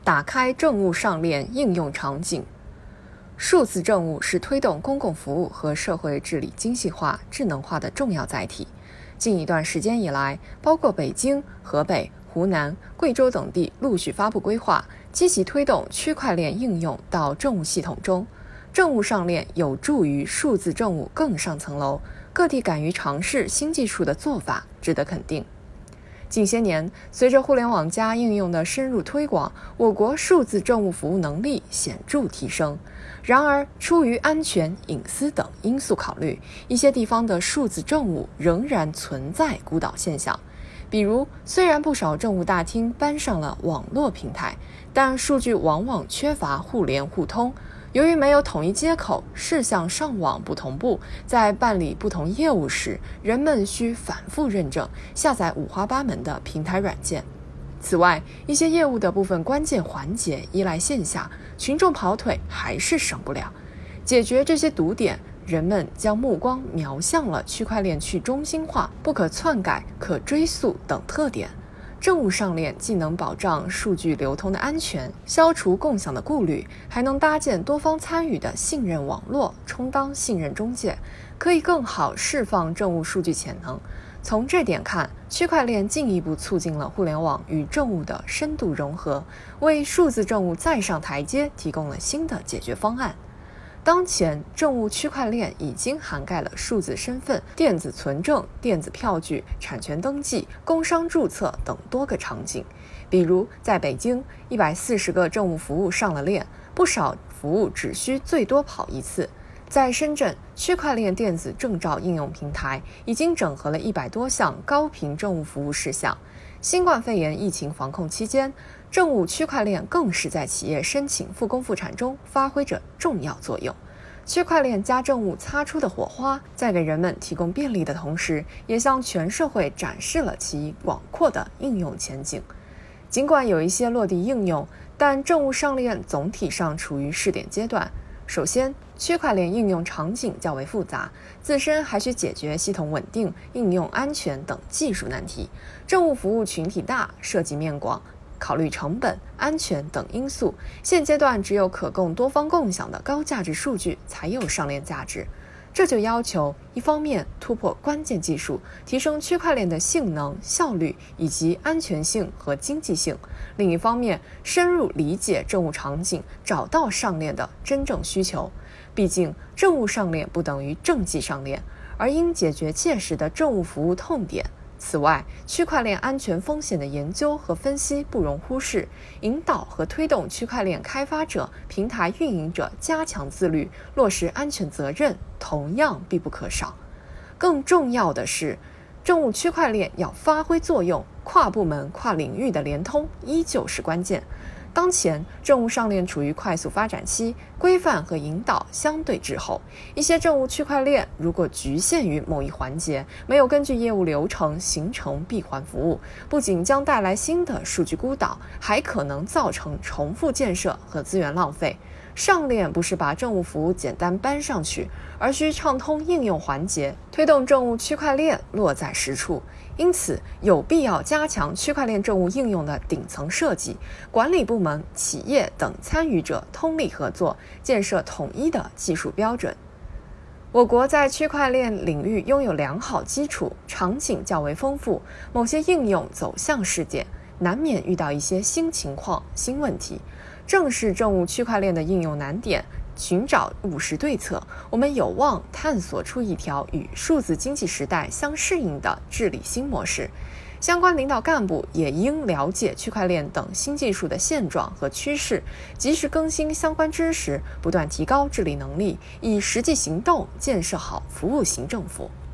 打开政务上链应用场景。数字政务是推动公共服务和社会治理精细化、智能化的重要载体。近一段时间以来，包括北京、河北、湖南、贵州等地陆续发布规划，积极推动区块链应用到政务系统中。政务上链有助于数字政务更上层楼，各地敢于尝试新技术的做法值得肯定。近些年，随着互联网+应用的深入推广，我国数字政务服务能力显著提升。然而，出于安全、隐私等因素考虑，一些地方的数字政务仍然存在孤岛现象。比如，虽然不少政务大厅搬上了网络平台，但数据往往缺乏互联互通。由于没有统一接口，事项上网不同步，在办理不同业务时，人们需反复认证，下载五花八门的平台软件。此外，一些业务的部分关键环节依赖线下，群众跑腿还是省不了。解决这些堵点，人们将目光瞄向了区块链去中心化、不可篡改、可追溯等特点。政务上链既能保障数据流通的安全，消除共享的顾虑，还能搭建多方参与的信任网络，充当信任中介，可以更好释放政务数据潜能。从这点看，区块链进一步促进了互联网与政务的深度融合，为数字政务再上台阶提供了新的解决方案。当前，政务区块链已经涵盖了数字身份、电子存证、电子票据、产权登记、工商注册等多个场景。比如，在北京，140个政务服务上了链，不少服务只需最多跑一次。在深圳，区块链电子证照应用平台已经整合了100多项高频政务服务事项。新冠肺炎疫情防控期间，政务区块链更是在企业申请复工复产中发挥着重要作用。区块链加政务擦出的火花，在给人们提供便利的同时，也向全社会展示了其广阔的应用前景。尽管有一些落地应用，但政务上链总体上处于试点阶段。首先，区块链应用场景较为复杂，自身还需解决系统稳定、应用安全等技术难题。政务服务群体大，涉及面广，考虑成本、安全等因素，现阶段只有可供多方共享的高价值数据才有上链价值。这就要求一方面突破关键技术，提升区块链的性能、效率以及安全性和经济性；另一方面深入理解政务场景，找到上链的真正需求。毕竟政务上链不等于政绩上链，而应解决切实的政务服务痛点。此外，区块链安全风险的研究和分析不容忽视，引导和推动区块链开发者、平台运营者加强自律，落实安全责任，同样必不可少。更重要的是，政务区块链要发挥作用，跨部门、跨领域的联通依旧是关键。当前，政务上链处于快速发展期，规范和引导相对滞后。一些政务区块链如果局限于某一环节，没有根据业务流程形成闭环服务，不仅将带来新的数据孤岛，还可能造成重复建设和资源浪费。上链不是把政务服务简单搬上去，而需畅通应用环节，推动政务区块链落在实处。因此，有必要加强区块链政务应用的顶层设计，管理部门、企业等参与者通力合作，建设统一的技术标准。我国在区块链领域拥有良好基础，场景较为丰富，某些应用走向试点，难免遇到一些新情况、新问题。正是政务区块链的应用难点，寻找务实对策，我们有望探索出一条与数字经济时代相适应的治理新模式。相关领导干部也应了解区块链等新技术的现状和趋势，及时更新相关知识，不断提高治理能力，以实际行动建设好服务型政府。